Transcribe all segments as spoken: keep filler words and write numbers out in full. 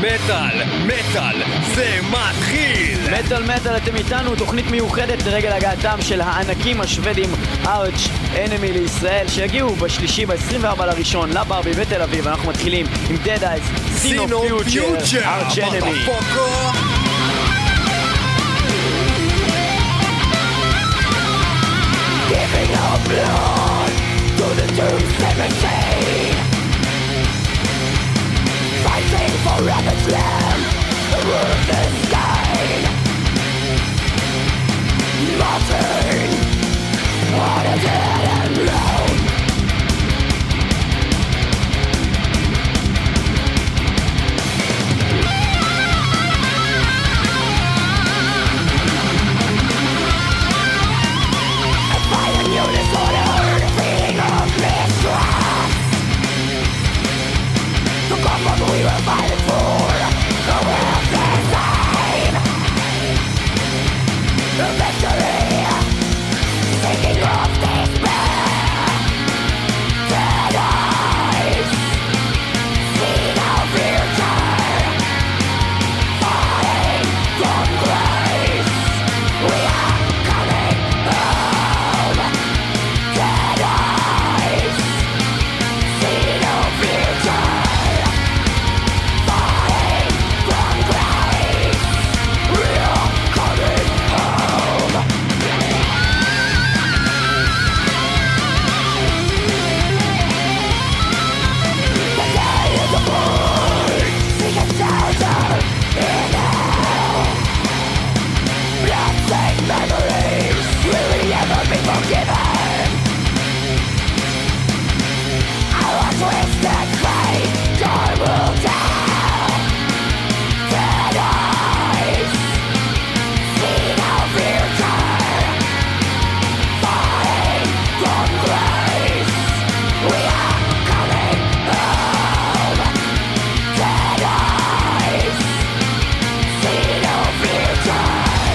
מטל, מטל, זה מתחיל! מטל מטל, אתם איתנו, תוכנית מיוחדת לרגל הגעתם של הענקים השוודים ארץ' אנמי לישראל, שיגיעו בשלישי ב-עשרים וארבעה לראשון לברבי בתל אביב. אנחנו מתחילים עם Dead Eyes, Sin of Future, ארץ' אנמי. Giving our blood to the doomsday machine, fighting for Rabbit's Lamb, the ruthless stain, marching on a dead and lone. We were fighting for the world design, the victory, taking off despair. Dead eyes, see no future, falling from grace. We are coming home. Dead eyes, see no future. Forgiven. Our twisted fate, time will tell. Dead eyes, see no future, falling from grace. We are coming home. Dead eyes, see no future.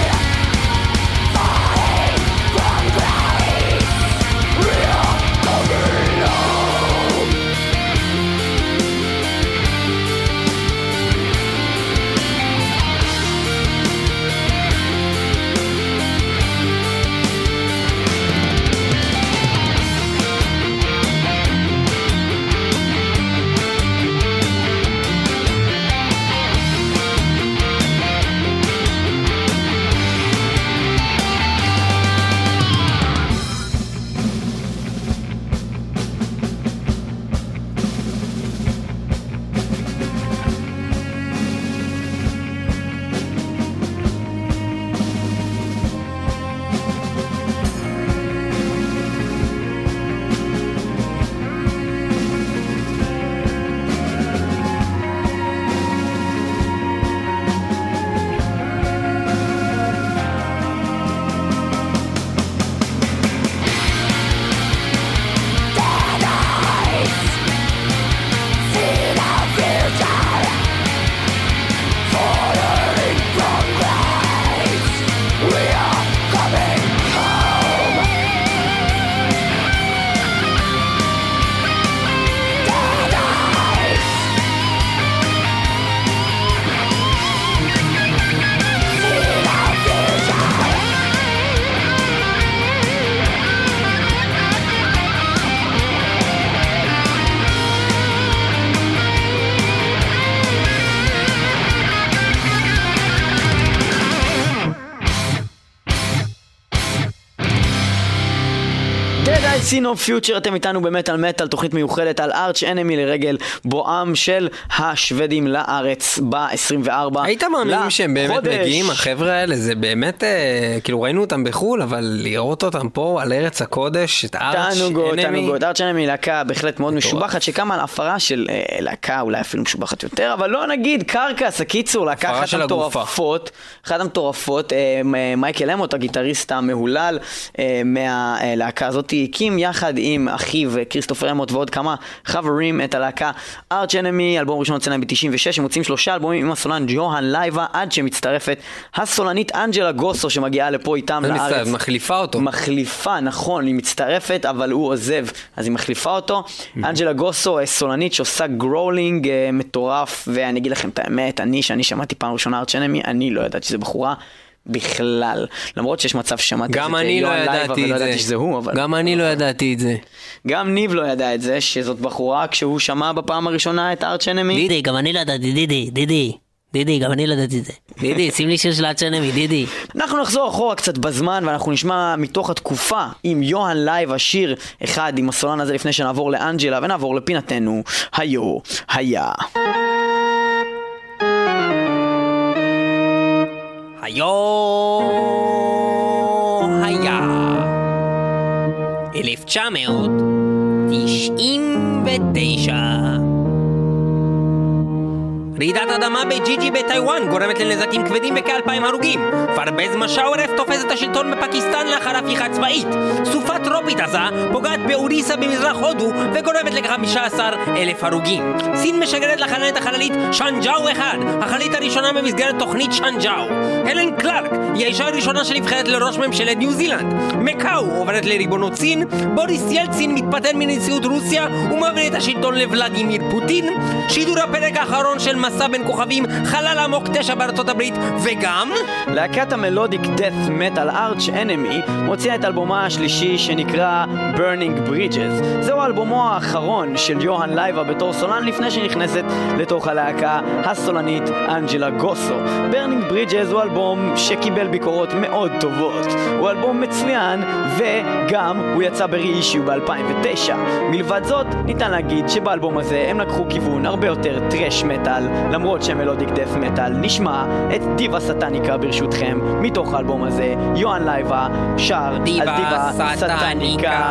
Sin of Future, אתם איתנו במטל מטל, תוכנית מיוחדת על ארץ' אנמי לרגל בואם של השוודים לארץ ב-עשרים וארבעה. היית מאמינים שהם באמת מגיעים, החבר'ה האלה, זה באמת, כאילו ראינו אותם בחול, אבל לראות אותם פה על ארץ הקודש, את ארץ' אנמי. תענוגות, ארץ' אנמי להקה בהחלט מאוד משובחת, שקמה על הפרה של להקה אולי אפילו משובחת יותר, אבל לא נגיד קרקס, הקיצור, להקה אחת המטורפות, אחת המטורפות, מייקל אמוט, הגיטריסט המהולל מהלהקה הזאת, הקים יחד עם אחיו כריסטופר אמוט ועוד כמה חברים את הלהקה Arch Enemy. אלבום ראשון יוצא להם ב-תשעים ושש, הם מוצאים שלושה אלבומים עם הסולן ג'והן לייבה, עד שמצטרפת הסולנית אנג'לה גוסו שמגיעה לפה איתם לארץ. מחליפה אותו. מחליפה, נכון, היא מצטרפת אבל הוא עוזב, אז היא מחליפה אותו. אנג'לה גוסו סולנית שעושה גרולינג מטורף, ואני אגיד לכם את האמת, אני שאני שמעתי פעם ראשונה Arch Enemy, אני לא ידעתי שזה בחורה בכלל, למרות שיש מצב ששמעתי גם אני לא ידעתי את זה, שזה הוא, אבל... גם אני לא ידעתי את זה. גם ניב לא ידע את זה, שזאת בחורה כשהוא שמע בפעם הראשונה את Arch Enemy. דידי, גם אני לא ידעתי, דידי, דידי. דידי, גם אני לא ידעתי את זה. דידי, שים לי שיר של Arch Enemy, דידי. אנחנו נחזור אחורה קצת בזמן, ואנחנו נשמע מתוך התקופה עם יוהן לייבה שיר אחד עם הסולן הזה לפני שנעבור לאנג'לה, ונעבור לפינתנו, היו, היה. היו היה אלף תשע מאות תשעים ותשע. רעידת אדמה בג'יג'י בטיואן גורמת לנזקים כבדים וכאלפיים הרוגים. פרבז משאורף תופס את השלטון בפקיסטן לאחר הפיכה צבאית. סופה טרופית עזה פוגעת באוריסה במזרח הודו וגורמת ל-חמישה עשר אלף הרוגים. סין משגרת לחללית החללית שאנג'או אחד, החללית הראשונה במסגרת תוכנית שאנג'או. הלן קלארק היא האישה הראשונה שנבחרת לראש ממשלת ניו זילנד. מקאו עוברת לריבונות סין. בוריס ילצין מתפטר מנשיאות רוסיה ומעביר את השלטון לוולדימיר פוטין. שידור הפרק האחרון של מסע בין כוכבים חלל עמוק תשע בארצות הברית, וגם להקת המלודיק דאט מטל Arch Enemy מוציאה את אלבומה השלישי שנקרא Burning Bridges. זהו אלבומו האחרון של יוהן לייבה בתור סולן לפני שנכנסת לתוך הלהקה הסולנית אנג'לה גוסו. Burning Bridges הוא אלבום שקיבל ביקורות מאוד טובות, הוא אלבום מצוין, וגם הוא יצא ב-reissue ב-אלפיים ותשע. מלבד זאת ניתן להגיד שבאלבום הזה הם לקחו כיוון הרבה יותר טרש מטל, למרות שמלודיק דף מטל. נשמע את דיבה סטניקה ברשותכם מתוך האלבום הזה. יוהן לייבה שר דיבה על דיבה סטניקה. סטניקה.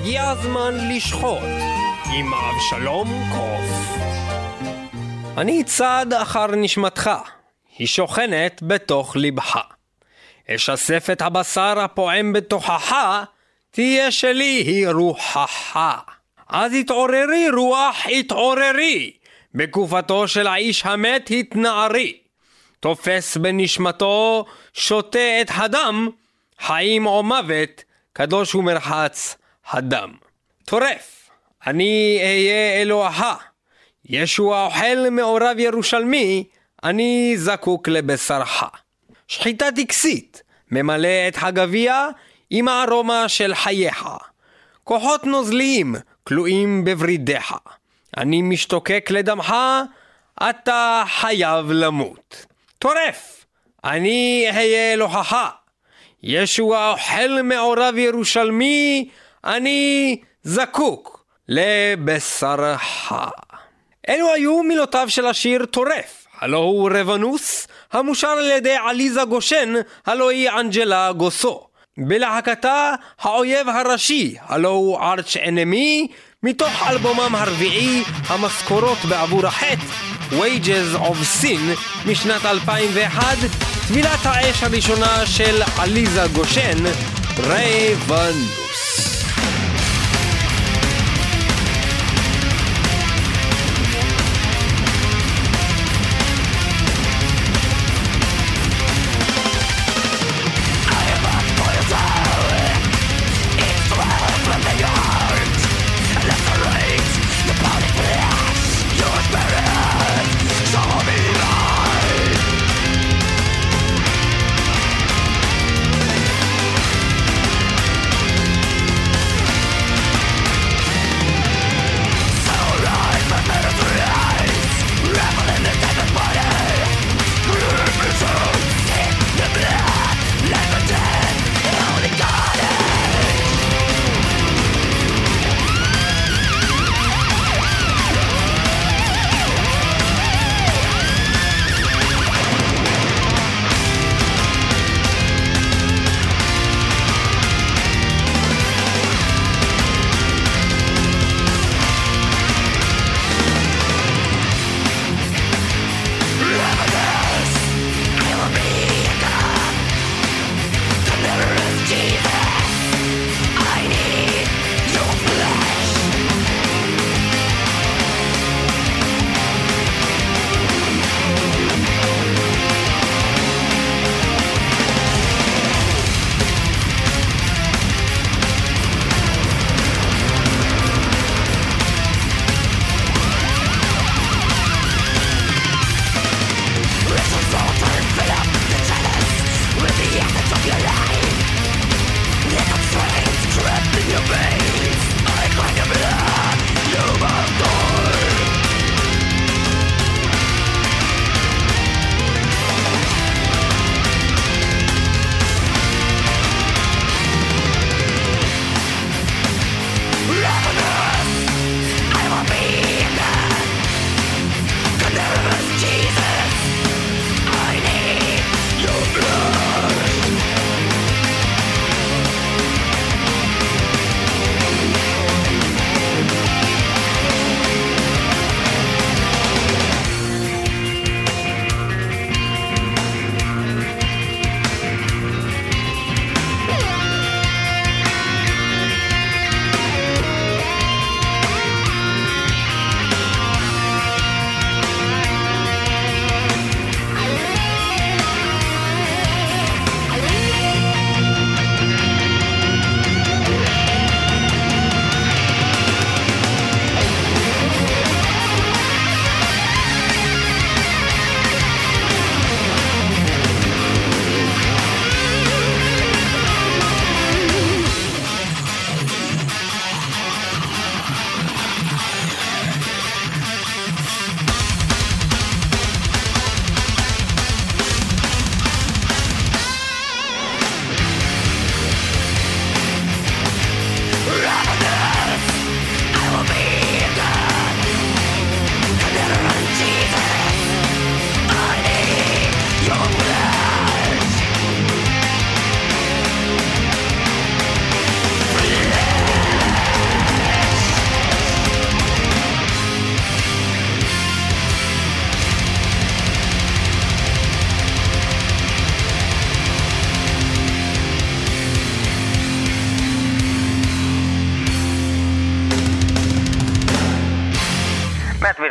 הגיע הזמן לשחוט עם אבשלום קוף. אני צד אחר נשמתך, היא שוכנת בתוך לבך. אשסף את הבשר הפועם בתוכך, תהיה שלי היא רוחך. אז התעוררי רוח, התעוררי, בגופתו של האיש המת התנערי. תופס בנשמתו, שותה את הדם, חיים או מוות, קדוש ומרחץ הדם. טורף, אני אהיה אלוהה, ישוע אוכל מעורב ירושלמי, אני זקוק לבשרך. שחיטה טקסית, ממלא את הגביע עם הארומה של חייך. כוחות נוזליים, כלואים בברידיך. אני משתוקק לדמך, אתה חייב למות. טורף, אני אהיה אלוהך. ישוע אוכל מעורב ירושלמי, אני זקוק לבשרך. אלו היו מילותיו של השיר טורף, הלא הוא רבנוס, המושר על ידי עליזה גושן, הלא היא אנג'לה גוסו. בלהקתה האויב הראשי, הלא הוא ארץ' אנמי, מתוך אלבומם הרביעי, המשכורות בעבור החטא, Wages of Sin, משנת אלפיים ואחת, טבילת האש הראשונה של עליזה גושן, רבנוס.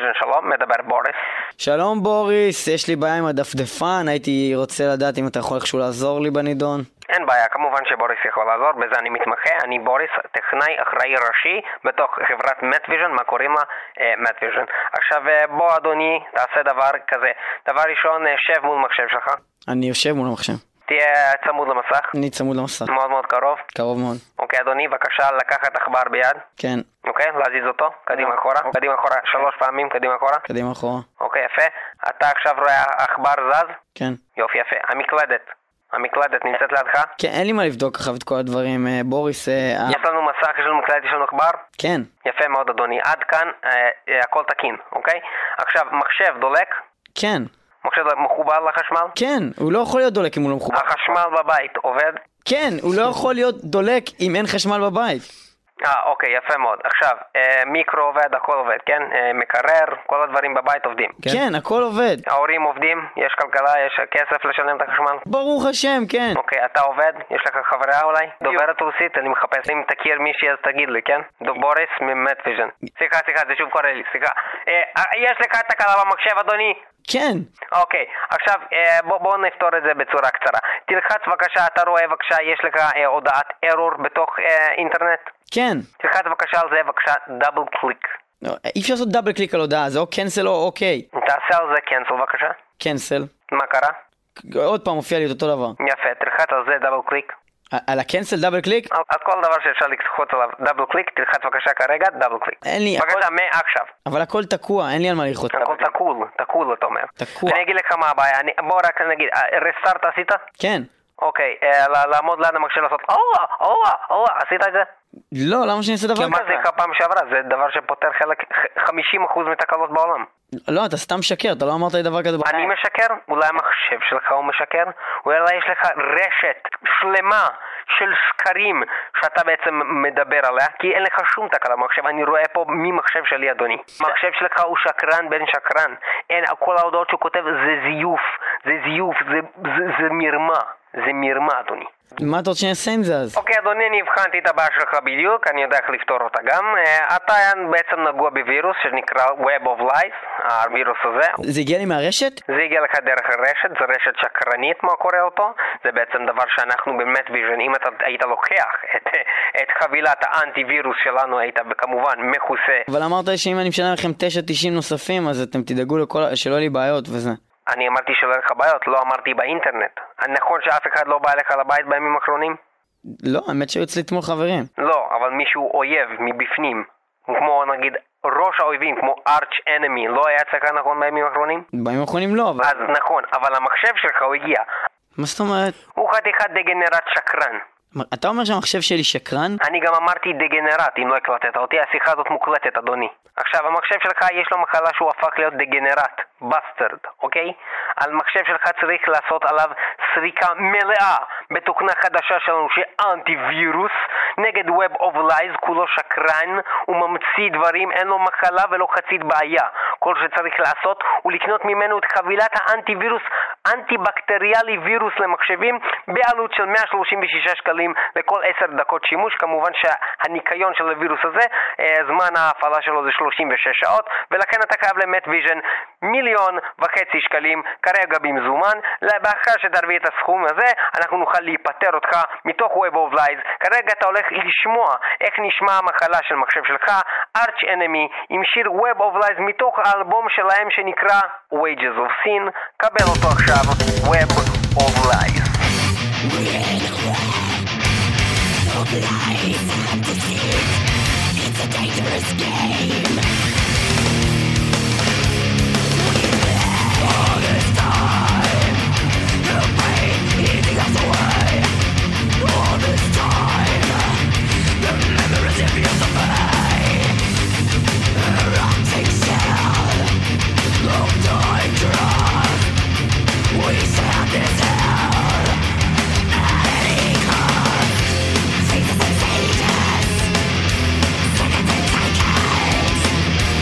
ויז'ן, שלום, מדבר בוריס. שלום בוריס, יש לי בעיה עם הדפדפן, הייתי רוצה לדעת אם אתה יכול איכשהו לעזור לי בנידון. אין בעיה, כמובן שבוריס יכול לעזור, בזה אני מתמחה, אני בוריס, טכנאי אחראי ראשי בתוך חברת מטוויז'ן, מה קוראים לה? מטוויז'ן. עכשיו בוא אדוני, תעשה דבר כזה. דבר ראשון, שב מול מחשב שלך. אני יושב מול המחשב. תהיה צמוד למסך. אני צמוד למסך. מאוד מאוד קרוב. קרוב מאוד. אוקיי אדוני, בבקשה לקחת עכבר ביד. כן. אוקיי, להזיז אותו, קדימה אחורה, קדימה אחורה, שלוש פעמים, קדימה אחורה. קדימה אחורה. אוקיי, יפה. אתה עכשיו רואה עכבר זז? כן. יופי, יפה. המקלדת. המקלדת נמצאת לידך? כן, אין לי מה לבדוק ככה את כל הדברים, בוריס. יש לנו מסך, יש לנו מקלדת, יש לנו עכבר? כן. יפה מאוד אדוני, עד כאן אה, הכל תקין, אוקיי? עכשיו, מחשב דולק? כן. מחשב מחובר לחשמל? כן, הוא לא יכול להיות דולק אם הוא לא מחובר. החשמל בבית עובד? כן, הוא לא יכול להיות דולק אם אין חשמל בבית. אה, אוקיי, יפה מאוד. עכשיו, אה, מיקרו עובד, הכל עובד, כן? אה, מקרר, כל הדברים בבית עובדים. כן, הכל עובד. ההורים עובדים, יש כלכלה, יש כסף לשלם את החשמל? ברוך השם, כן. אוקיי, אתה עובד? יש לך חברה אולי? דוברת רוסית, אני מחפש. אם תכיר מישהי אז תגיד לי, כן? בוריס ממטוויז'ן. סליחה, סליחה, זה שוב קורה לי, סליחה. אה, יש לך תקלה במחשב, אדוני? כן. אוקיי, עכשיו בוא, בוא נפתור את זה בצורה קצרה. תלחץ בבקשה, אתה רואה בבקשה, יש לך אה, הודעת ארור בתוך אה, אינטרנט? כן. תלחץ בבקשה על זה, בבקשה, דאבל קליק. לא, אי אפשר לעשות דאבל קליק על הודעה, זה או קנסל או אוקיי. תעשה על זה קנסל בבקשה. קנסל. מה קרה? עוד פעם מופיע לי את אותו דבר. יפה, תלחץ על זה דאבל קליק. על הקנסל דאבל קליק? על, על כל דבר שאפשר ללחוץ עליו דאבל קליק, תלחץ בבקשה כרגע דאבל קליק. אין לי... בבקשה, הכל... מעכשיו. אבל הכל תקוע, אין לי על מה ללחוץ. הכל תקול, תקול אתה אומר. תקוע. אני אגיד לך מה הבעיה, אני... בוא רק נגיד, רסטארט עשית? כן. אוקיי, אה, לעמוד ליד המחשב לעשות אוה, אוה, אוה, עשית את זה? לא, למה שאני אעשה דבר כזה? מה זה פעם שעברה? זה דבר שפותר חלק, חמישים אחוז מתקלות בעולם. לא, אתה סתם משקר, אתה לא אמרת לי דבר כזה. אני משקר? אולי המחשב שלך הוא משקר? אולי יש לך רשת שלמה של שקרים שאתה בעצם מדבר עליה, כי אין לך שום תקלה במחשב. אני רואה פה ממחשב שלי אדוני. המחשב שלך הוא שקרן בן שקרן. אין, כל ההודעות שהוא כותב זה זיוף, זה זיוף, זה, זה, זה מרמה, זה מרמה אדוני. מה אתה רוצה שאני אעשה עם זה אז? אוקיי אדוני, אני הבחנתי את הבעיה שלך בדיוק, אני יודע איך לפתור אותה גם. אתה בעצם נגוע בווירוס שנקרא Web of Lies, הווירוס הזה. זה הגיע לי מהרשת? זה הגיע לך דרך הרשת, זה רשת שקרנית מה קורה אותו. זה בעצם דבר שאנחנו במטוויז'ן, אם אתה היית לוקח את, את חבילת האנטי וירוס שלנו, היית כמובן מכוסה. אבל אמרת לי שאם אני משנה לכם תשע תשעים נוספים, אז אתם תדאגו לכל... שלא יהיה לי בעיות וזה. אני אמרתי שלא לך בעיות, לא אמרתי באינטרנט. נכון שאף אחד לא בא אליך לבית בימים האחרונים? לא, האמת שהיו אצלי אתמול חברים. לא, אבל מישהו אויב מבפנים, כמו נגיד ראש האויבים, כמו ארץ' אנמי, לא היה אצלך נכון בימים האחרונים? בימים האחרונים לא, אבל... אז נכון, אבל המחשב שלך הוא הגיע. מה זאת אומרת? הוא חתיכת דגנרט שקרן. אתה אומר שהמחשב שלי שקרן? אני גם אמרתי דגנרט, אם לא הקלטת אותי, השיחה הזאת מוקלטת אדוני. עכשיו, המחשב שלך יש לו מחלה שהוא הפך להיות דגנרט, בסטרד, אוקיי? על מחשב שלך צריך לעשות עליו סריקה מלאה בתוכנה חדשה שלנו שאנטי וירוס נגד Web of Lies, כולו שקרן, הוא ממציא דברים, אין לו מחלה ולא חצית בעיה. כל שצריך לעשות הוא לקנות ממנו את חבילת האנטי וירוס, אנטי בקטריאלי וירוס למחשבים בעלות של מאה שלושים ושישה שקלים לכל עשר דקות שימוש. כמובן שהניקיון של הווירוס הזה, זמן ההפעלה שלו זה שלושים ושש שעות, ולכן אתה חייב למטוויז'ן מיליון וחצי שקלים כרגע במזומן. לאחר שתרוויח את הסכום הזה אנחנו נוכל להיפטר אותך מתוך Web of Lies. כרגע אתה הולך לשמוע איך נשמע המחלה של מחשב שלך, ארץ' אנמי עם שיר Web of Lies מתוך האלבום שלהם שנקרא Wages of Sin. קבל אותו עכשיו, Web of Lies. Of lies and deceit, it's a dangerous game. We've lived all this time, the pain eating us away. All this time, the memories of you survive. A rotting shell, long time trust. We stand this hell at any cost. See the sensations, second and seconds.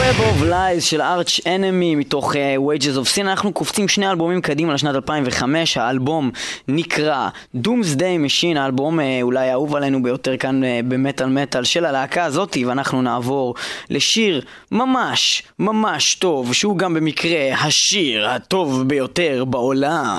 Web of Lies של Arch Enemy מתוך uh, Wages of Sin. אנחנו קופצים שני אלבומים קדימה לשנת אלפיים וחמש. האלבום נקרא Doomsday Machine, האלבום uh, אולי האהוב עלינו ביותר כאן uh, במטל מטל של הלהקה הזאת, ואנחנו נעבור לשיר ממש ממש טוב, שהוא גם במקרה השיר הטוב ביותר בעולם.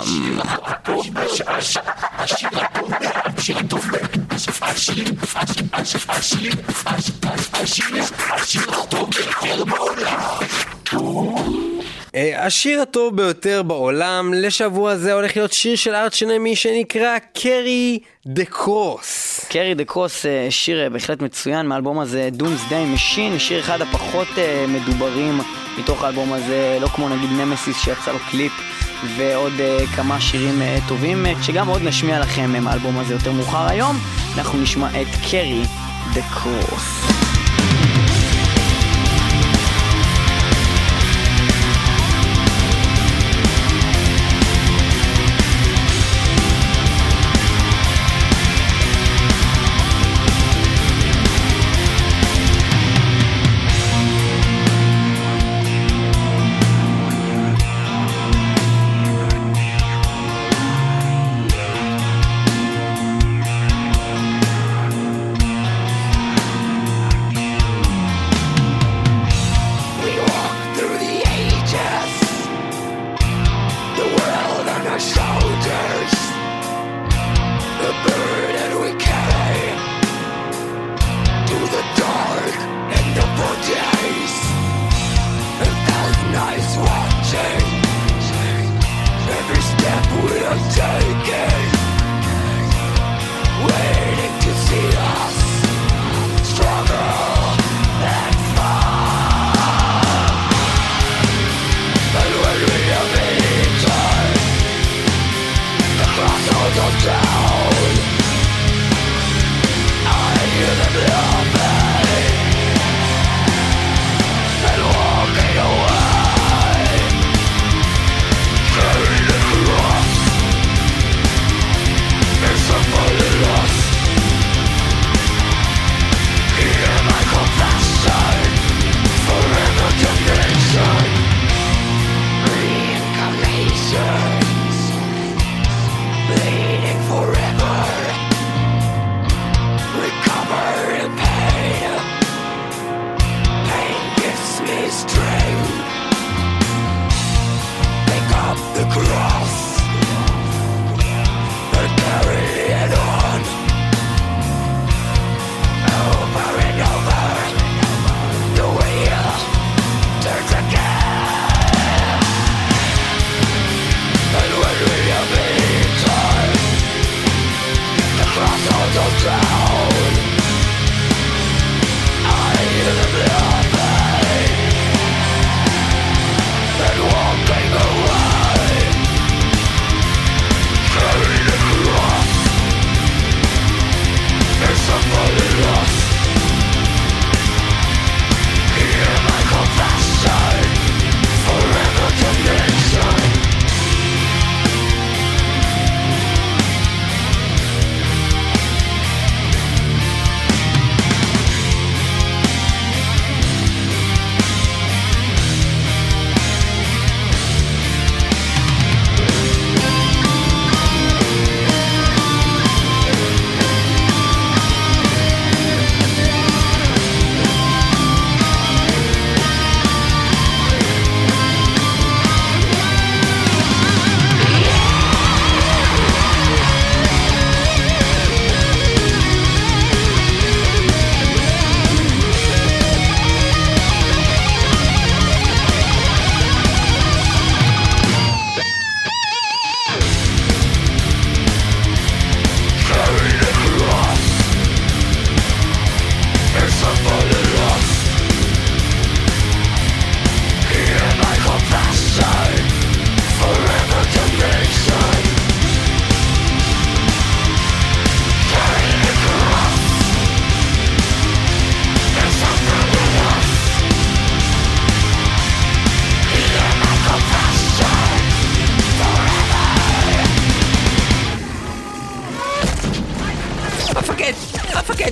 השיר הטוב ביותר בעולם לשבוע זה הולך להיות שיר של ארץ' אנמי שנקרא Carry the Cross. Carry the Cross, שיר בהחלט מצוין מהאלבום הזה, Doomsday Machine, שיר אחד הפחות מדוברים מתוך האלבום הזה, לא כמו נגיד נמסיס שיצא לו קליפ ועוד כמה שירים טובים, שגם עוד נשמיע לכם מהאלבום הזה יותר מאוחר היום. אנחנו נשמע את Carry the Cross.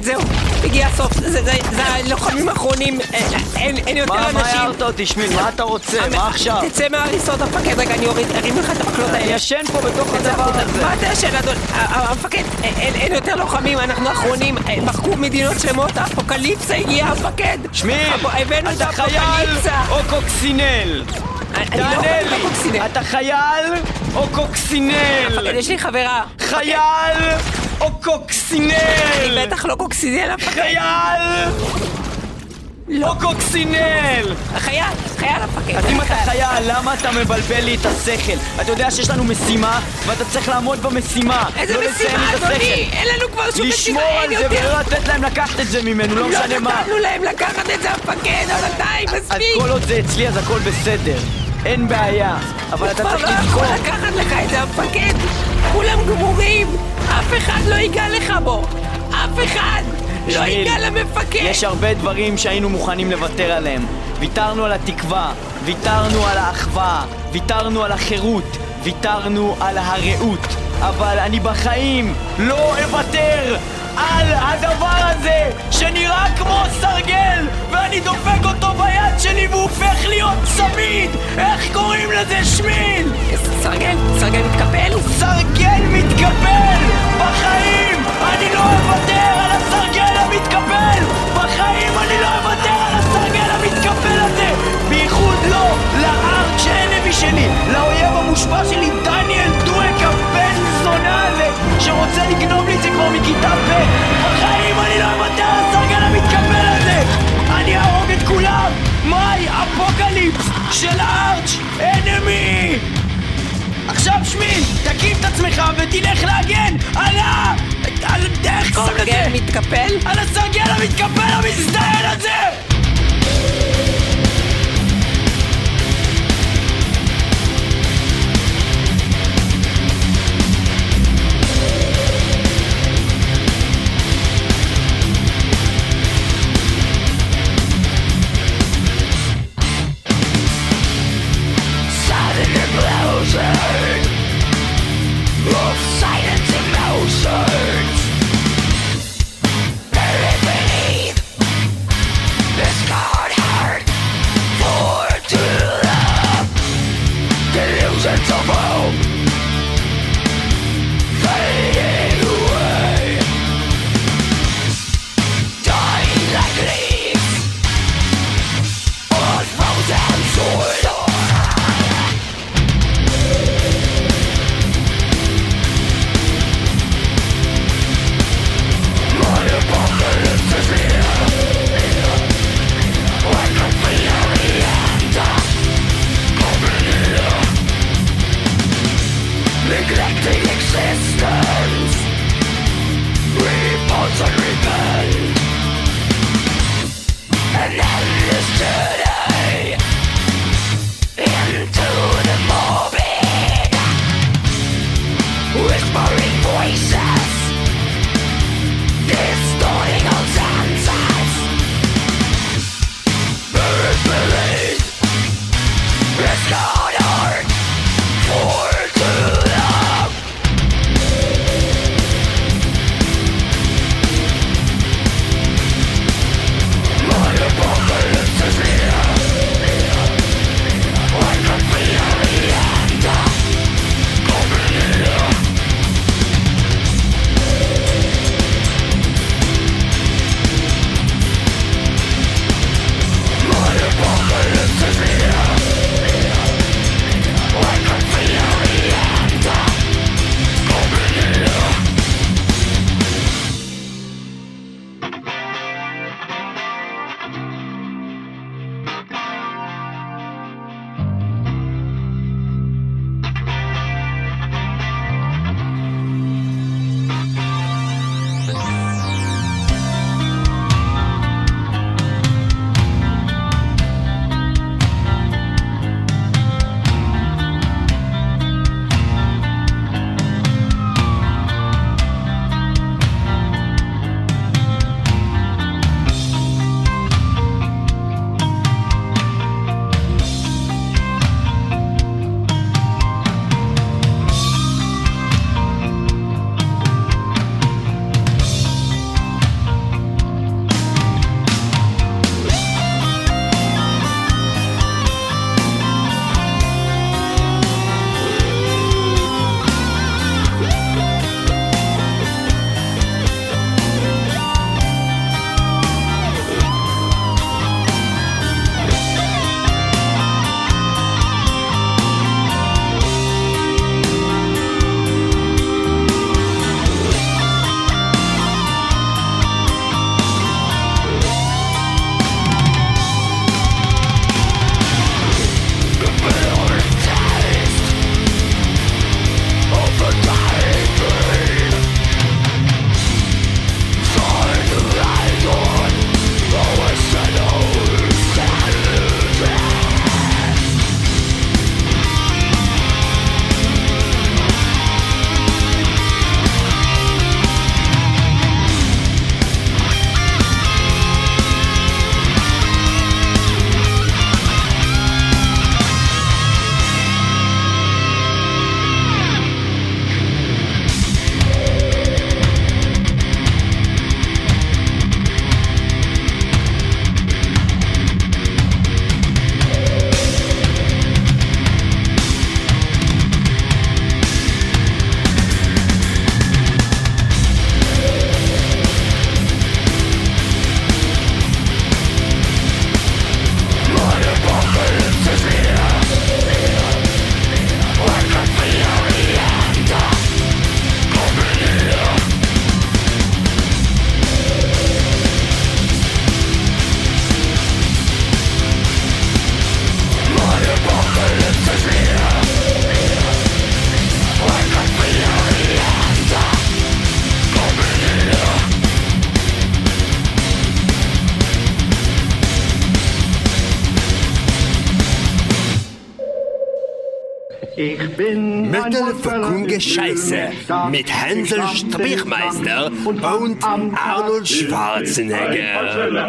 זהו, הגיע הסוף, זה הלוחמים האחרונים, אין יותר אנשים. מה הערת אותי, שמיל? מה אתה רוצה? מה עכשיו? תצא מהריסות המפקד, רגע, אני ארים לך את המקלות האלה. אני ישן פה בתוך הדבר הזה. מה אתה ישן, אדון? המפקד, אין יותר לוחמים, אנחנו האחרונים, מחקו מדינות שלמות, אפוקליפסה הגיע, המפקד. שמיל, אתה חייל או קוקסינל? תענה לי, אתה חייל או קוקסינל? המפקד, יש לי חברה. חייל או קוקסינל? אני בטח לא קוקסינל, המפקד. חייל או קוקסינל? חייל, חייל המפקד. אז אם אתה חייל, למה אתה מבלבל לי את השכל? אתה יודע שיש לנו משימה ואתה צריך לעמוד במשימה. איזה משימה, אדוני? אין לנו כבר שום משימה, אין יותר. לשמור על זה ולא לתת להם לקחת את זה ממנו, לא משנה מה. לא נתנו להם לקחת את זה, המפקד, אבל די, מספיק. אז כל עוד זה אצלי אז הכל בסדר, אין בעיה. אבל אתה צריך לזכור. הוא כבר לא יכול לקחת לך את זה, המפקד. כולם גמורים, אף אחד לא ייגע לך בו. אף אחד לא ייגע למפקד. יש הרבה דברים שהיינו מוכנים לוותר עליהם. ויתרנו על התקווה, ויתרנו על האחווה, ויתרנו על החירות, ויתרנו על הרעות, אבל אני בחיים לא אוותר על הדבר הזה שנראה כמו סרגל ואני דופק אותו ביד שלי והוא הופך להיות צמיד. איך קוראים לזה, שמיל? סרגל, סרגל מתקפל? סרגל מתקפל! בחיים אני לא אוותר על הסרגל המתקפל! בחיים אני לא אוותר על הסרגל המתקפל הזה! בייחוד לא לארץ' אנמי שלי, לאויב המושפע שלי, דניאל דואק הבן זונה הזה שרוצה לגנוב לי את זה כבר מכיתה ב'. בחיים אני לא אוותר על הסרגל המתקפל הזה! אני אהרוג את כולם! מיי אפוקליפס של הארץ' אנמי! עכשיו שמיל, תקים את עצמך ותלך להגן על ה... על... איך קוראים לזה? סרגל מתקפל? על הסרגל המתקפל המזדיין הזה! Of silence emotions buried beneath this cold heart, for to love delusions of hope fading away, dying like leaves on frozen soil. Neglecting existence, repulse and repent, an endless journey Mittelverkunge Scheiße mit Hänsel Strichmeister und Arnold Schwarzenegger.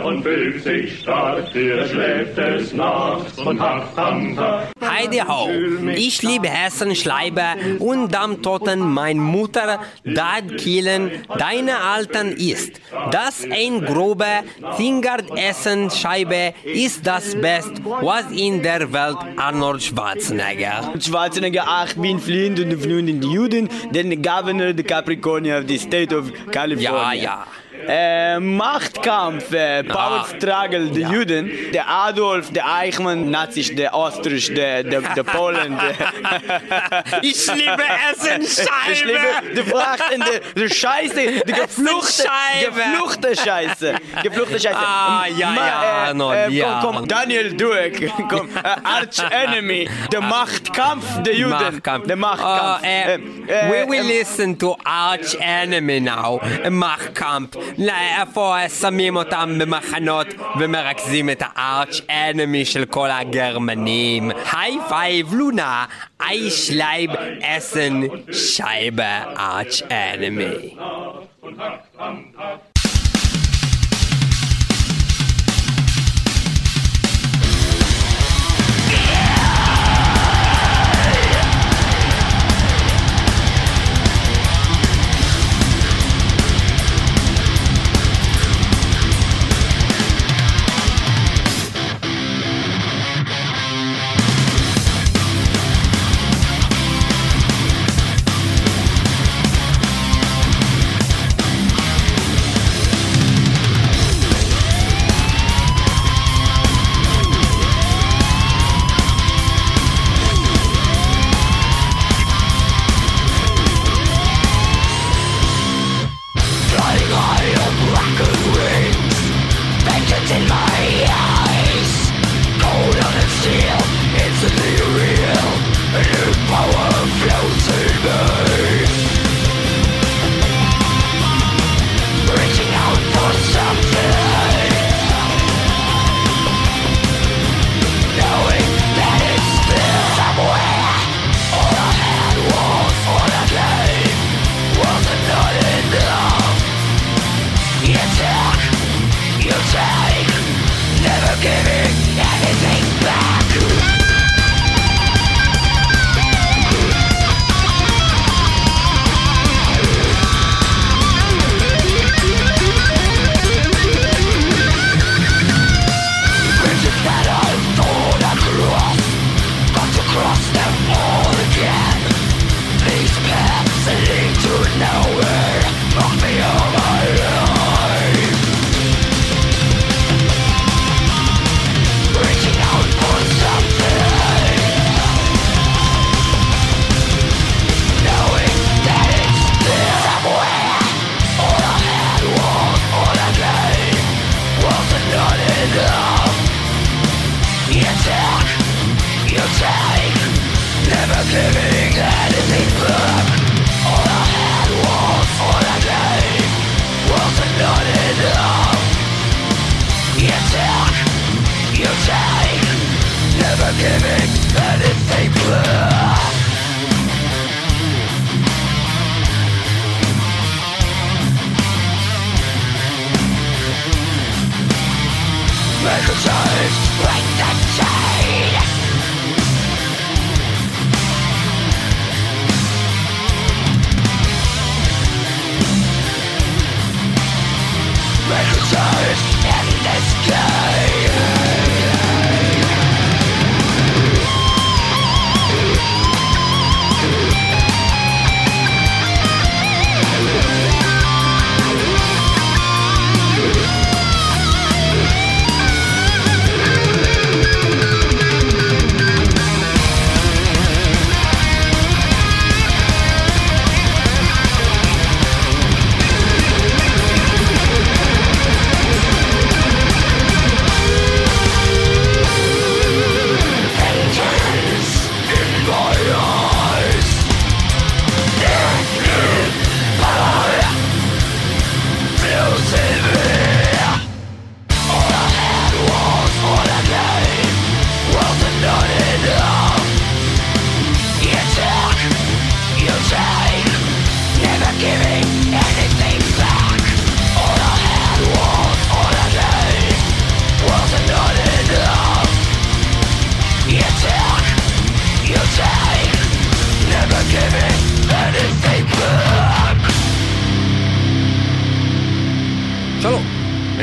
Heidi ho, ich liebe Hessen Schleiber und Dammtoten mein Mutter, dat Kielen, deine Alten ist. Das ein grobe Zingard-Essen Scheibe ist das Best, was in der Welt Arnold Schwarzenegger. Schwarzenegger, ach, bin fliehend und fliehend in die Juden, den Governor the Capricornia of the State of California. Ja, ja. Äh, Machtkampf, äh, Power Struggle, die ja. Juden, der Adolf, der Eichmann, Nazis, der Ostrich, der, der, der Polen. Der ich liebe Essen Scheibe. Ich liebe die Frachten, die, die Scheiße, die gefluchte, gefluchte Scheiße. Gefluchte Scheiße. Ah, ja, Ma, ja, äh, no, äh, ja. Komm, komm, Daniel Dueck, komm, äh, Arch Enemy, der Machtkampf der Juden. Machtkampf. Der Machtkampf. Uh, äh, äh, we will äh, listen to Arch Enemy now. Machtkampf. איפה שמים אותם במחנות ומרכזים את הארץ' אנמי של כל הגרמנים. היי פייב לונה, אי שלייב אסן שייבה ארץ' אנמי.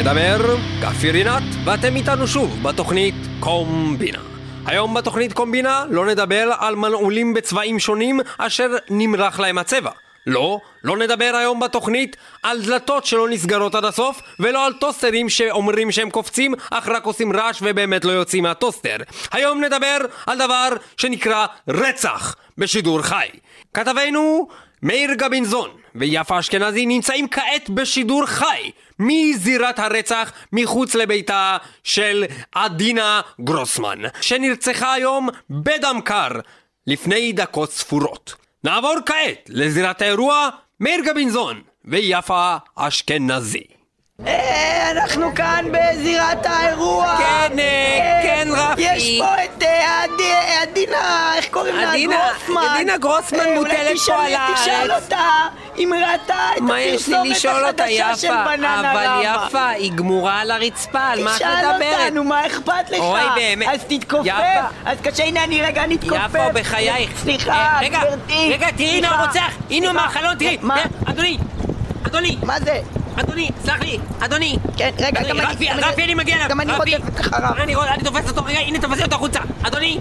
מדבר גפי רינת, ואתם איתנו שוב בתוכנית קומבינה. היום בתוכנית קומבינה לא נדבר על מנעולים בצבעים שונים אשר נמרח להם הצבע. לא, לא נדבר היום בתוכנית על דלתות שלא נסגרות עד הסוף, ולא על טוסטרים שאומרים שהם קופצים אך רק עושים רעש ובאמת לא יוצאים מהטוסטר. היום נדבר על דבר שנקרא רצח בשידור חי. כתבנו מאיר גבינזון ויפה אשכנזי נמצאים כעת בשידור חי מזירת הרצח מחוץ לביתה של עדינה גרוסמן, שנרצחה היום בדם קר לפני דקות ספורות. נעבור כעת לזירת האירוע. מאיר גבינזון ויפה אשכנזי. אנחנו כאן בזירת האירוע. כן, כן רפי. יש פה את עדינה, איך קוראים לה? גרוסמן. עדינה גרוסמן מוטלת פה על הארץ. תשאל אותה אם ראתה את הפרסומת החדשה של בננה רמה. אבל יפה, היא גמורה על הרצפה, על מה את מדברת? תשאל אותנו, מה אכפת לך? אוי באמת. אז תתכופף. אז קשה, הנה אני רגע נתכופף. יפה, בחייך. סליחה, גברתי. רגע, תראי, הנה הרוצח. הנה מהחלון, תראי. אדוני, אדוני. מה זה? אדוני, סלח לי, אדוני. כן, רגע, גם אני... רפי, רפי, אני מגיע אליו. גם אני רודפת אחריו. אני תופס אותו, רגע, הנה תפסי אותו החוצה. אדוני,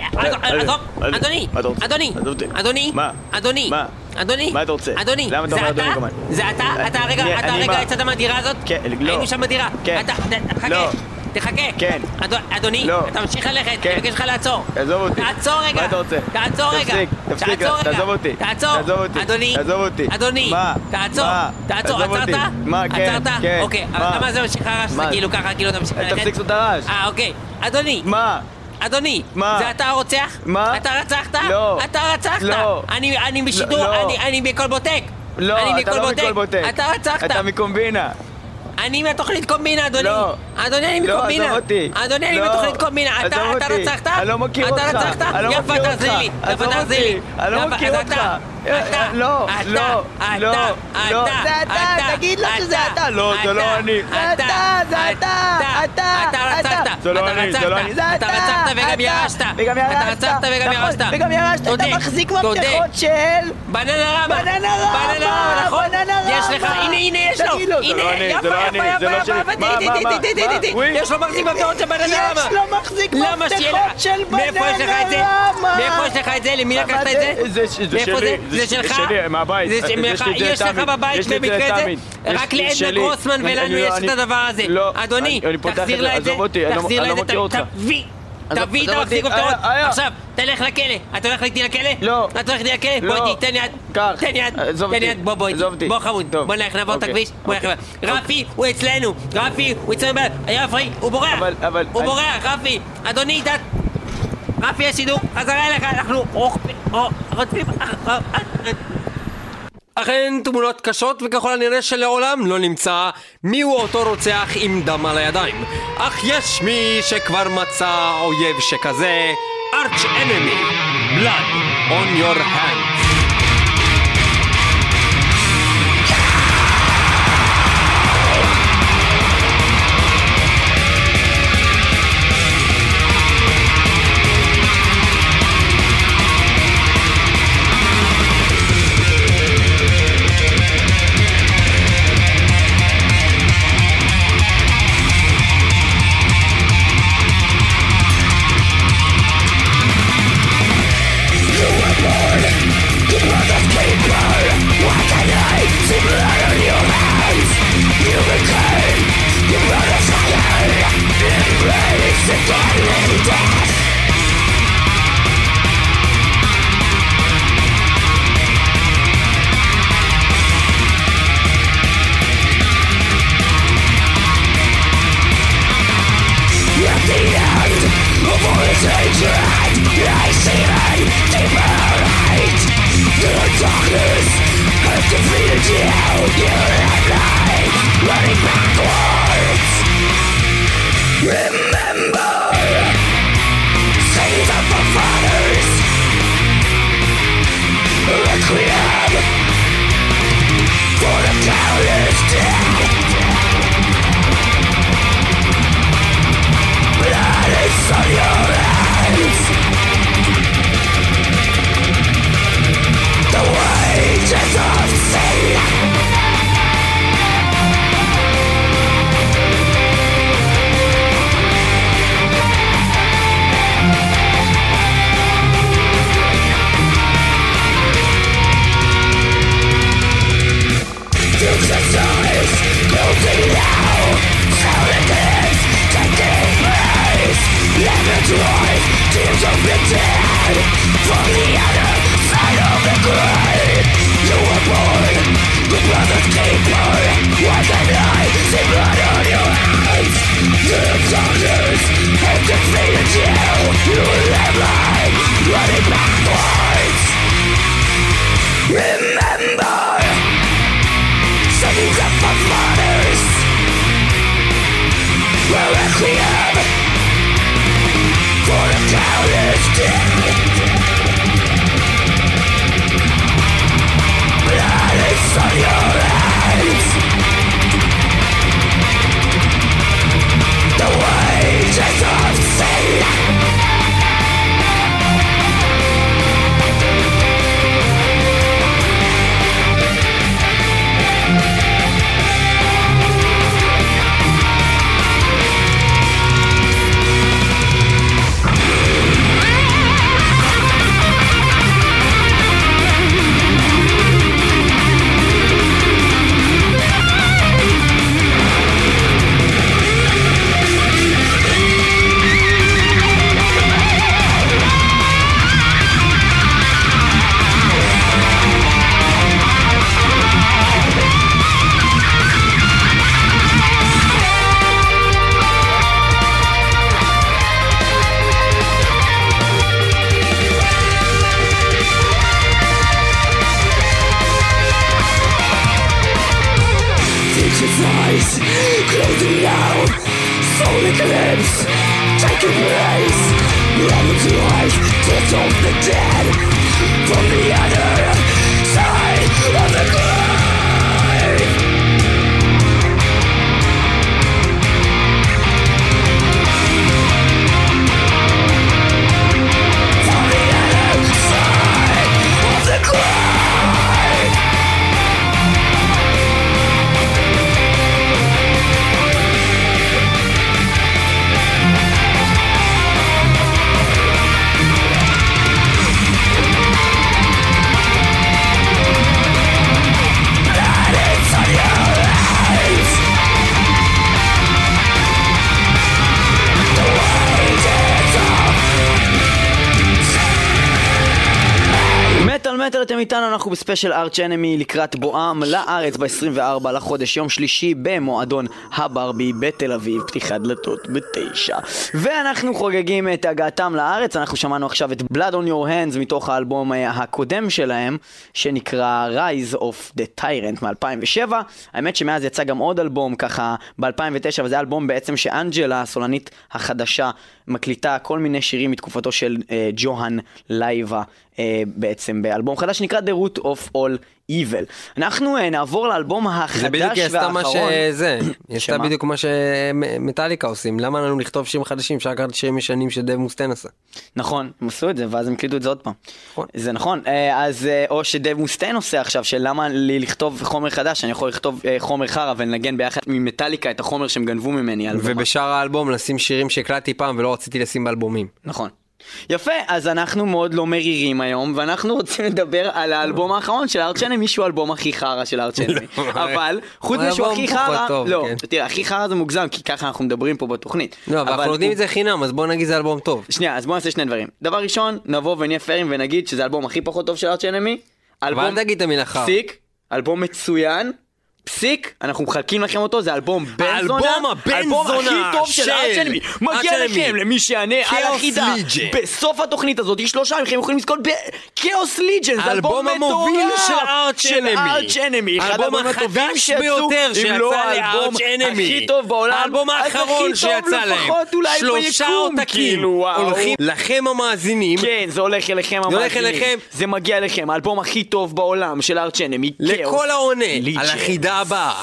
עזוב, אדוני, אדוני, אדוני, מה? אדוני, מה? אדוני, מה אתה רוצה? אדוני, למה אתה אומר אדוני כמובן? זה אתה? אתה רגע, אתה רגע יצאת מהדירה הזאת? כן, לא. היינו שם בדירה. כן. אתה, תחכה. לא. תחכה. כן. אדוני, לא. אתה ממשיך ללכת, כן. אני מבקש לך לעצור. תעזוב אותי. תעצור רגע. מה אתה רוצה? תעצור רגע. תפסיק, תפסיק, תעצור רגע. תעזוב אותי. תעצור. תעזוב אותי. אדוני. תעזוב אותי. אדוני. מה? תעצור. מה? תעצור. תעזוב אותי. עצרת? מה? כן, עצרת? כן. אוקיי, אבל מה? למה זה ממשיך הרעש? זה מה? כאילו ככה, כאילו אתה ממשיך ללכת? תפסיק לעשות את הרעש. אה, אוקיי. אדוני. מה? אדוני, מה? זה אתה הרוצח? מה? אתה רצחת? לא. אתה רצחת? לא. אני, אני בשידור, לא. אני, אני בקולבוטק. לא, אני אתה לא מקולבוטק. אתה רצחת. אתה מקומבינה. אני מהתוכנית קומבינה, אדוני. לא. אדוני, אני לא, מקומבינה. עזוב אותי. אדוני, אני לא. בתוכנית קומבינה. אתה, עזוב אתה אותי. רצחת? אני לא מכיר אותך. אתה רצחת? אני לא יפה, מכיר תחזיר אותך. לי. יפה, עזוב תחזיר לי. אותי. אני לא יפה, מכיר אז אותך. אתה, אתה, לא, אתה, לא, אתה, לא, אתה, לא. אתה, זה אתה, תגיד לו שזה אתה. לא, זה לא אני. זה אתה, זה אתה, אתה, אתה רצחת. זה לא אתה אני, זה לא אני. רצחת. אתה רצחת וגם ירשת. וגם ירשת. אתה רצחת וגם נכון, ירשת. וגם ירשת. אתה תודה, מחזיק תודה. מפתחות של... בננה רמה. בננה רמה. בננה רמה, נכון? בננה רמה. יש לך, הנה, הנה, יש לו. תגיד לו, זה הנה, לא אני, יפה, זה לא יפה, אני, יפה, זה לא יפה, שלי. יפה, מה, די, מה, די, מה? די, די, די, די. וואי. יש לו מחזיק מפתחות של בננה רמה. יש לו מחזיק למה שיהיה לך? מפתחות של מאיפה יש לך את זה? בננה מאיפה יש לך את זה? למי לקחת את זה? זה ש- זה מאיפה שלי, זה? זה שלך? שלי, מהבית. זה יש לי שמך- את זה יש לך תמיד. בבית יש לי את זה במקרה זה? תמיד. רק יש- לעדנה שלי. גרוסמן אני- ולנו אני- יש אני- את הדבר הזה. לא, אדוני, אני- אני פותח תחזיר את לה זה, את זה, עזוב אותי, אני לא- תחזיר אני לה לא את זה, מכיר אותך. תביא. עזוב- תביא את עזוב המחזיק אותי. מפתחות. אה, אה. עכשיו, תלך לכלא. אתה הולך איתי לכלא? לא. אתה הולך איתי לכלא? לא. בוא איתי, תן יד. קח. תן יד. עזוב תן אותי. יד, בוא בוא איתי. עזוב אותי. בוא חמוד. טוב. בוא נלך, נעבור את אוקיי. הכביש. בוא נלך. רפי, הוא אצלנו. רפי, הוא אצלנו. ב- היה רפי, הוא בורח. אבל- אבל- הוא אני- בורח, רפי. אדוני, דת. רפי, השידור. חזרה אליך, אנחנו רוכבים. רודפים. אכן תמונות קשות, וככל הנראה שלעולם לא נמצא מיהו אותו רוצח עם דם על הידיים. אך יש מי שכבר מצא אויב שכזה, Arch Enemy, Blood on your hands. מטל אתם איתנו, אנחנו בספיישל ארץ' אנמי לקראת בואם לארץ ב-עשרים וארבעה לחודש, יום שלישי במועדון הברבי בתל אביב, פתיחת דלתות בתשע, ואנחנו חוגגים את הגעתם לארץ. אנחנו שמענו עכשיו את Blood on Your Hands מתוך האלבום הקודם שלהם שנקרא Rise of the Tyrant מ-אלפיים ושבע. האמת שמאז יצא גם עוד אלבום ככה ב-אלפיים ותשע, וזה אלבום בעצם שאנג'לה, הסולנית החדשה, מקליטה כל מיני שירים מתקופתו של אה, ג'והן לייבה, אה, בעצם באלבום חדש שנקרא The Root of All Evil. אנחנו אה, נעבור לאלבום החדש זה בדיוק והאחרון. מה שזה, יש בדיוק מה שמטליקה עושים. למה לנו לכתוב שירים חדשים? אפשר לקחת שירים ישנים שדב מוסטיין עשה. נכון, הם עשו את זה ואז הם הקליטו את זה עוד פעם. נכון. זה נכון, אה, אז אה, או שדב מוסטיין עושה עכשיו, שלמה לי לכתוב חומר חדש, אני יכול לכתוב אה, חומר חרא ולנגן ביחד ממטליקה את החומר שהם גנבו ממני. ובשאר האלבום לשים שירים שהקלטתי פעם ולא רציתי לשים באלבומים. נכון. יפה, אז אנחנו מאוד לא מרירים היום, ואנחנו רוצים לדבר על האלבום האחרון של ארץ' אנמי, שהוא האלבום הכי חרא של ארץ' אנמי. אבל חוץ משהו הכי חרא, לא, תראה, הכי חרא זה מוגזם, כי ככה אנחנו מדברים פה בתוכנית. לא, אבל אנחנו נותנים את זה חינם, אז בואו נגיד זה אלבום טוב. שנייה, אז בואו נעשה שני דברים. דבר ראשון, נבוא ונהיה פיירים ונגיד שזה האלבום הכי פחות טוב של ארץ' אנמי. אבל תגיד את המילה חרא. פסיק, אלבום מצוין. פסיק, אנחנו מחלקים לכם אותו, זה אלבום בן זונה, האלבום הבן זונה הכי טוב של ארץ' אנמי. מגיע לכם, למי שיענה על החידה בסוף התוכנית הזאת, יש שלושה מכם יכולים לזכות בקאוס ליג'ן, זה אלבום המוביל של ארץ' אנמי, אחד האלבומים הטובים שיצאו, אם לא האלבום הכי טוב בעולם, האלבום האחרון שיצא להם, שלושה עותקים הולכים לכם המאזינים. כן, זה הולך אליכם המאזינים, זה מגיע לכם, האלבום הכי טוב בעולם של ארץ' אנמי, לכל העונה על החידה הבאה.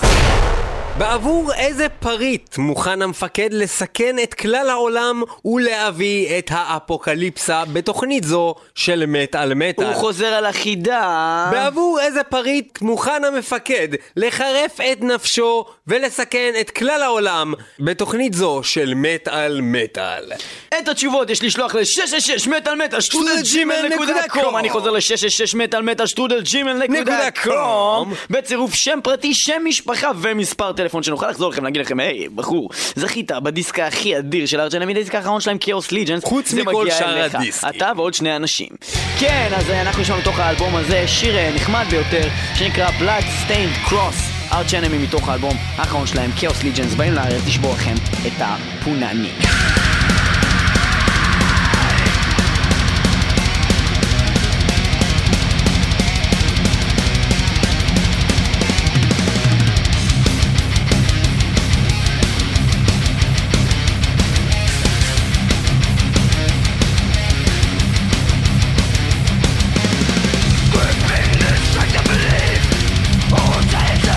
בעבור איזה פריט מוכן המפקד לסכן את כלל העולם ולהביא את האפוקליפסה בתוכנית זו של מטל מטל? הוא חוזר על החידה. בעבור איזה פריט מוכן המפקד לחרף את נפשו ולסכן את כלל העולם בתוכנית זו של מטל מטל? את התשובות יש לשלוח ל-שש שש שש מטל מטל שטרודל ג'ימייל נקודה קום. אני חוזר ל-שש שש שש מטל מטל שטרודל ג'ימייל נקודה קום בצירוף שם פרטי, שם משפחה ומספר טלפון טלפון שנוכל לחזור לכם, להגיד לכם, היי, בחור, זכית בדיסק הכי אדיר של ארץ' אנמי, הדיסק האחרון שלהם, כאוס ליג'נס, חוץ מכל שאר הדיסקים. אתה ועוד שני אנשים. כן, אז אנחנו נשמע מתוך האלבום הזה שיר נחמד ביותר, שנקרא Blood Stained Cross, ארץ' אנמי מתוך האלבום האחרון שלהם, כאוס ליג'נס, באים לארץ לשבור לכם את הפונניק.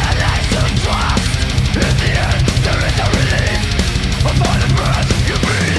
You breathe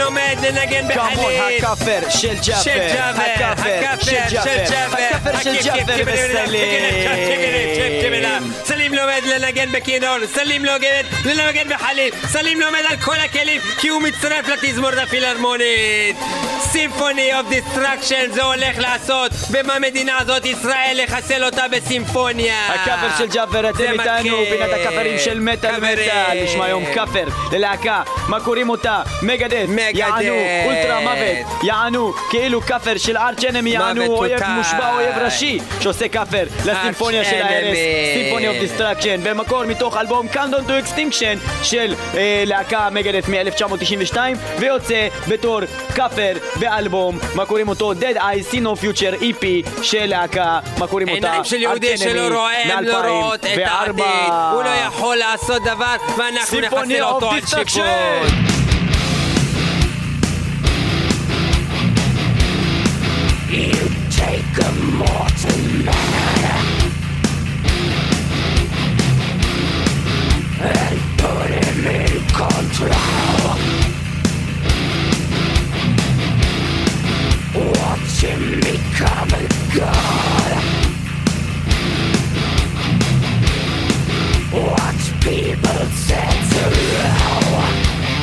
לומד לנגן כמון בחליל. הכפר של ג'אפר, של ג'אפר, הכפר של ג'אפר, הכפר של ג'אפר וסלים. סלים לומד לנגן בכינור, סלים לומד לנגן בחליל, סלים לומד על כל הכלים כי הוא מצטרף לתזמורת הפילהרמונית. סימפוני אוף דיסטרקשן זה הולך לעשות במדינה הזאת ישראל לחסל אותה בסימפוניה. הכפר של ג'אפר, אתם איתנו פינת הכפרים של מטל מטל. נשמע היום כפר ללהקה, מה קוראים אותה? מגדט, יענו אולטרה מוות, יענו כאילו כפר של ארץ' אנמי, יענו אויב מושבע, אויב ראשי שעושה כפר לסימפוניה של ההרס, סימפוני אוף דיסטרקשן, במקור מתוך אלבום Countdown to Extinction של אה, להקה מגדט מ-אלף תשע מאות תשעים ושתיים, ויוצא בתור כפר באלבום, מה קוראים אותו? Dead Eyes See No Future E P של להקה, מה קוראים אותה? עיניים של יהודי שלא רואה, הם לא רואות את העתיד, הוא לא יכול לעשות דבר ואנחנו נחסל אותו על שיפוט. You take a mortal man and put him in control. Watch him become a god. Watch people settle down.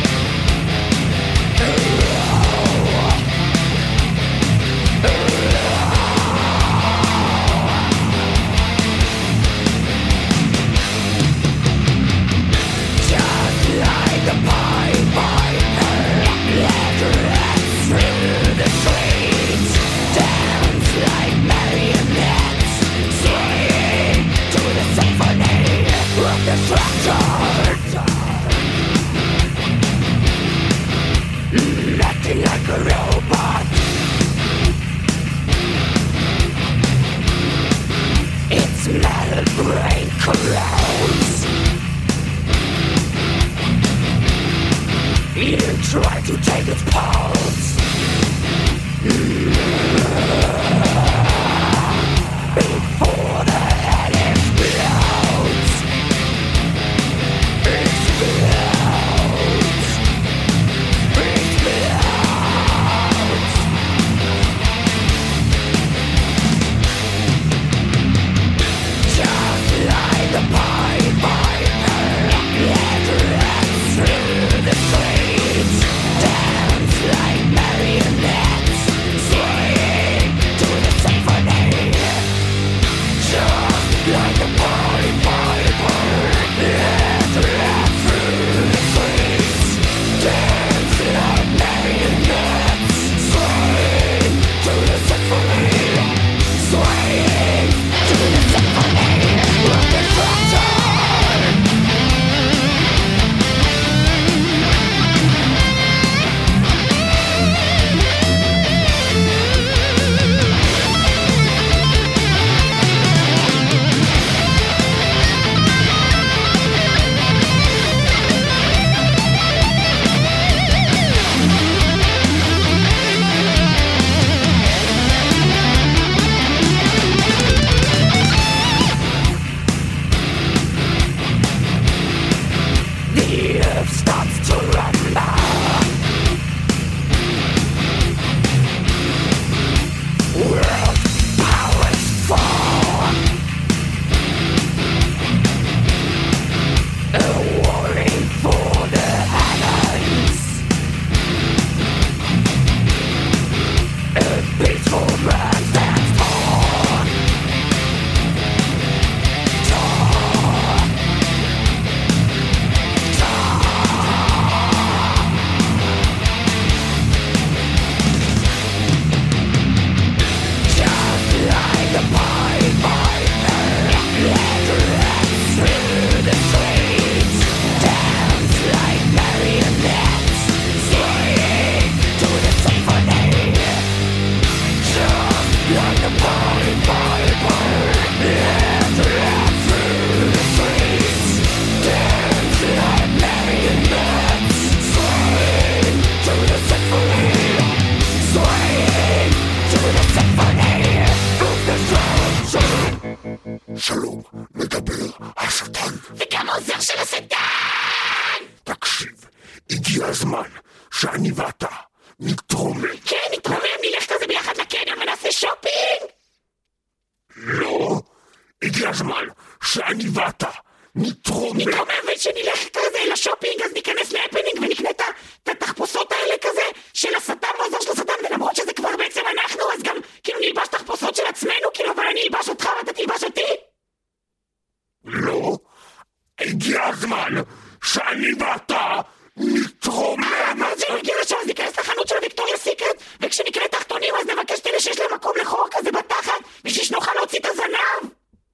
Acting like a robot. Its metal brain corrodes. You try to take its pulse. Before the head explodes. Explodes. Explodes. Just like a pied piper, let rats through the streets. Dance like marionettes, swaying to the symphony. Just like a pied piper, let rats through the streets. Dance like marionettes, swaying to the symphony. Swaying to the symphony of destruction. The earth starts to rumble. World powers fall. A warning for the heavens. A peaceful man stands tall. Tall. Just like a pied piper, let rats through the streets. Dance like marionettes, swaying to the symphony. Just like a pied piper, let rats through the streets. Dance like marionettes, swaying to the symphony. Swaying to the symphony of destruction. שלום, מדבר השטן. וגם העוזר של השטן. תקשיב, הגיע הזמן שאני ואתה נתרומם. כן, נתרומם, נלך כזה ביחד לקניון ונעשה שופינג! לא, הגיע הזמן שאני ואתה נתרומם. נתרומם ושנלך כזה לשופינג, אז ניכנס להפנינג ונקנה את התחפושות האלה כזה של השטן ועזור של השטן, ולמרות שזה כבר בעצם אנחנו, אז גם כאילו נלבש תחפושות של עצמנו, כאילו, אבל אני אלבש אותך ואתה תלבש אותי. לא, הגיע הזמן שאני ואתה נתרומם. אמרת שנגיע לשם, אז ניכנס לחנות של ויקטוריה סיקרט, וכשנקנה תחתונים אז נבקש תלה שיש להם מקום לחור כזה בתחת, בשביל שנוכל להוציא את הזנב.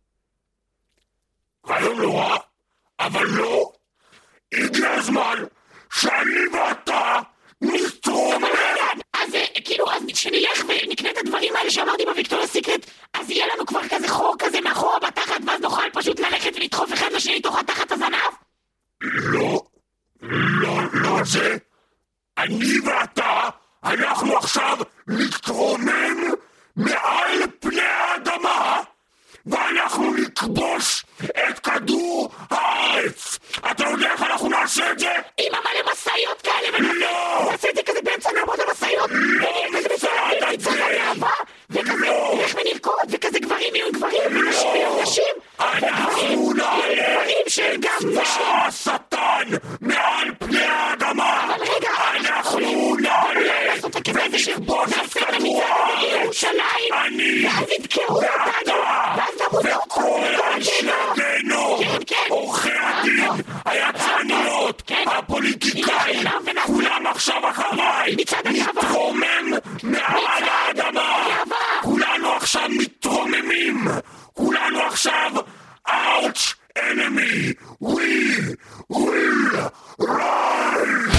רעיון לא רע, אבל לא, הגיע הזמן שאני ואתה נתרומם. אז כאילו, אז שנלך ונקנה את הדברים האלה שאמרתי בוויקטוריה סיקרט, אז יהיה לנו כבר כזה חור כזה מאחורה בתחת, ואז נוכל פשוט ללכת ולדחוף אחד לשני תוך התחת הזנב? לא, לא, לא זה. אני ואתה, אנחנו עכשיו נתרומם מעל פני האדמה, ואנחנו נכבוש את כדור הארץ. אתה יודע איך אנחנו נעשה את זה? עם המלא מסעיות כאלה ונעשה... לא! נעשה את זה כזה באמצע נעמוד על מסעיות. לא, וכזה מצד העבר, וכזה נלך ונרקוד, וכזה גברים יהיו גברים, ונשים יהיו נשים. אנחנו נעלה גברים שהם גם נשים. השטן מעל פני האדמה. אבל רגע, אנחנו נעלה לעשות כזה איזה לכבוש את נעשה את כדור המצעד הארץ. בירושלים, אני ואז ידקרו אותנו, ואז נמות וכל אנשינו, כן, כן. עורכי הדין, היצרניות, הפוליטיקאים, כולם עכשיו אחריי, נתרומם מעל האדמה. כולנו עכשיו מתרוממים, כולנו עכשיו arch enemy, we will rise.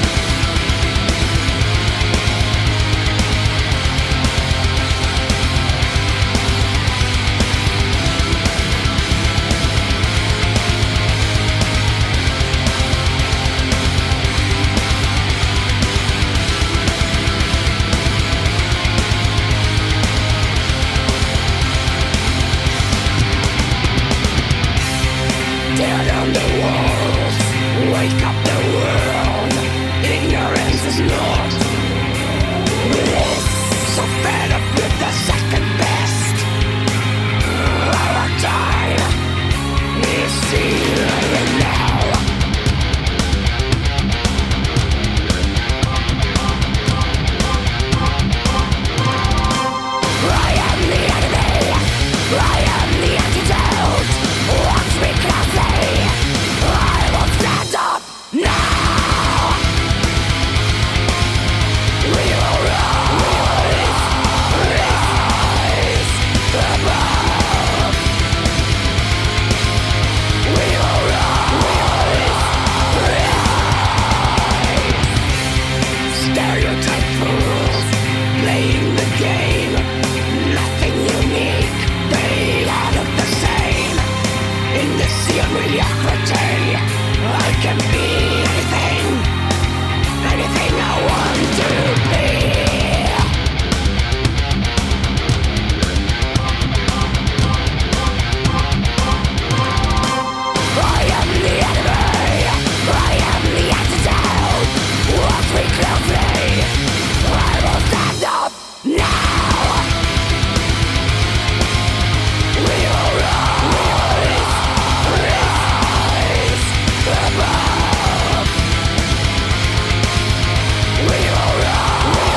Tear down the walls, wake up the world. Ignorance is not bliss. So fed up with the second best. Our time is here and now. I am the enemy. I am the antidote. Watch me closely. I will stand up now. We will rise, rise above. We will rise, rise. Stereotype fools playing the game. Nothing unique, they all look the same. In this sea of mediocrity, I can be anything, anything I want to be. I am the enemy, I am the antidote. Watch me closely, I will stand up now. We will rise, rise above. We will rise.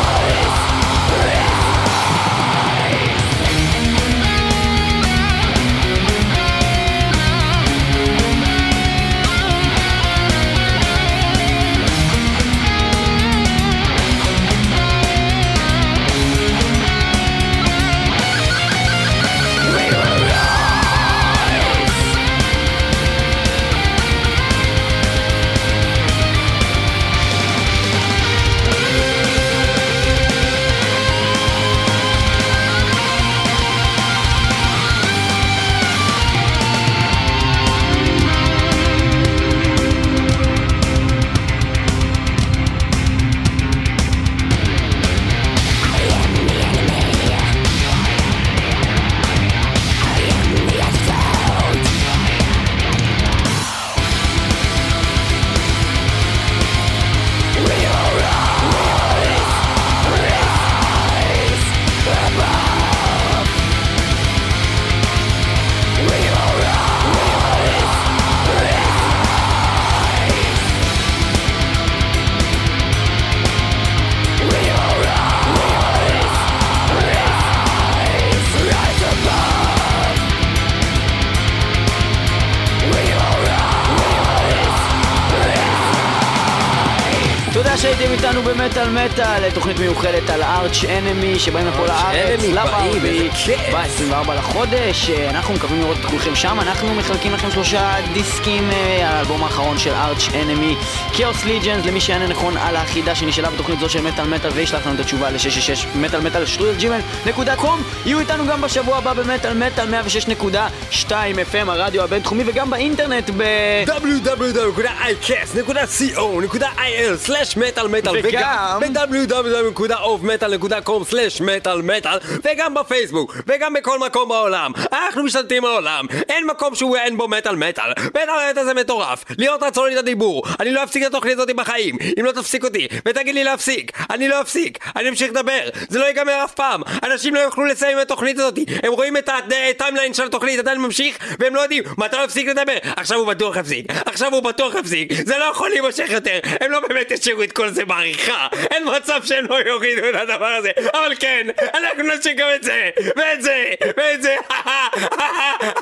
תודה שהייתם איתנו במטל מטל, תוכנית מיוחדת על ארץ' אנמי שבאים לפה לארץ, לברבי, ב-עשרים וארבעה לחודש. אנחנו מקווים לראות את כולכם שם. אנחנו מחלקים לכם שלושה דיסקים על האלבום האחרון של ארץ' אנמי, Chaos Legions, למי שיענה נכון על האחידה שנשאלה בתוכנית זו של מטל מטל וישלח לנו את התשובה ל-שש שש שש מטל מטל שטרודל ג'ימייל נקודה קום. יהיו איתנו גם בשבוע הבא במטל מטל מאה ושש נקודה שתיים אף אם הרדיו הבינתחומי, וגם באינטרנט ב דאבליו דאבליו דאבליו נקודה איי קאסט נקודה סי או נקודה איי אל סלש מטל מטל, וגם ב-דאבליו דאבליו דאבליו נקודה אוף מטל נקודה קום סלש מטל מטל, וגם בפייסבוק וגם בכל מקום בעולם. אנחנו משתלטים בעולם, אין מקום שהוא אין בו מטל מטל. מטל מטל זה מטורף, להיות רצון לי את הדיבור. אני לא אפסיק את התוכנית הזאת בחיים. אם לא תפסיק אותי ותגיד לי להפסיק, אני לא אפסיק, אני אמשיך לדבר, זה לא ייגמר אף פעם. אנשים לא יוכלו לסיים את התוכנית הזאת, הם רואים את הטיימליין של התוכנית עדיין ממשיך והם לא יודעים מתי הוא יפסיק לדבר. עכשיו הוא בטוח יפסיק, עכשיו הוא בטוח יפסיק, זה לא יכול להימשך יותר. הם לא באמת ישאירו את כל זה בעריכה, אין מצב שהם לא יורידו את הדבר הזה, אבל כן, אנחנו נשאיר גם את זה ואת זה ואת זה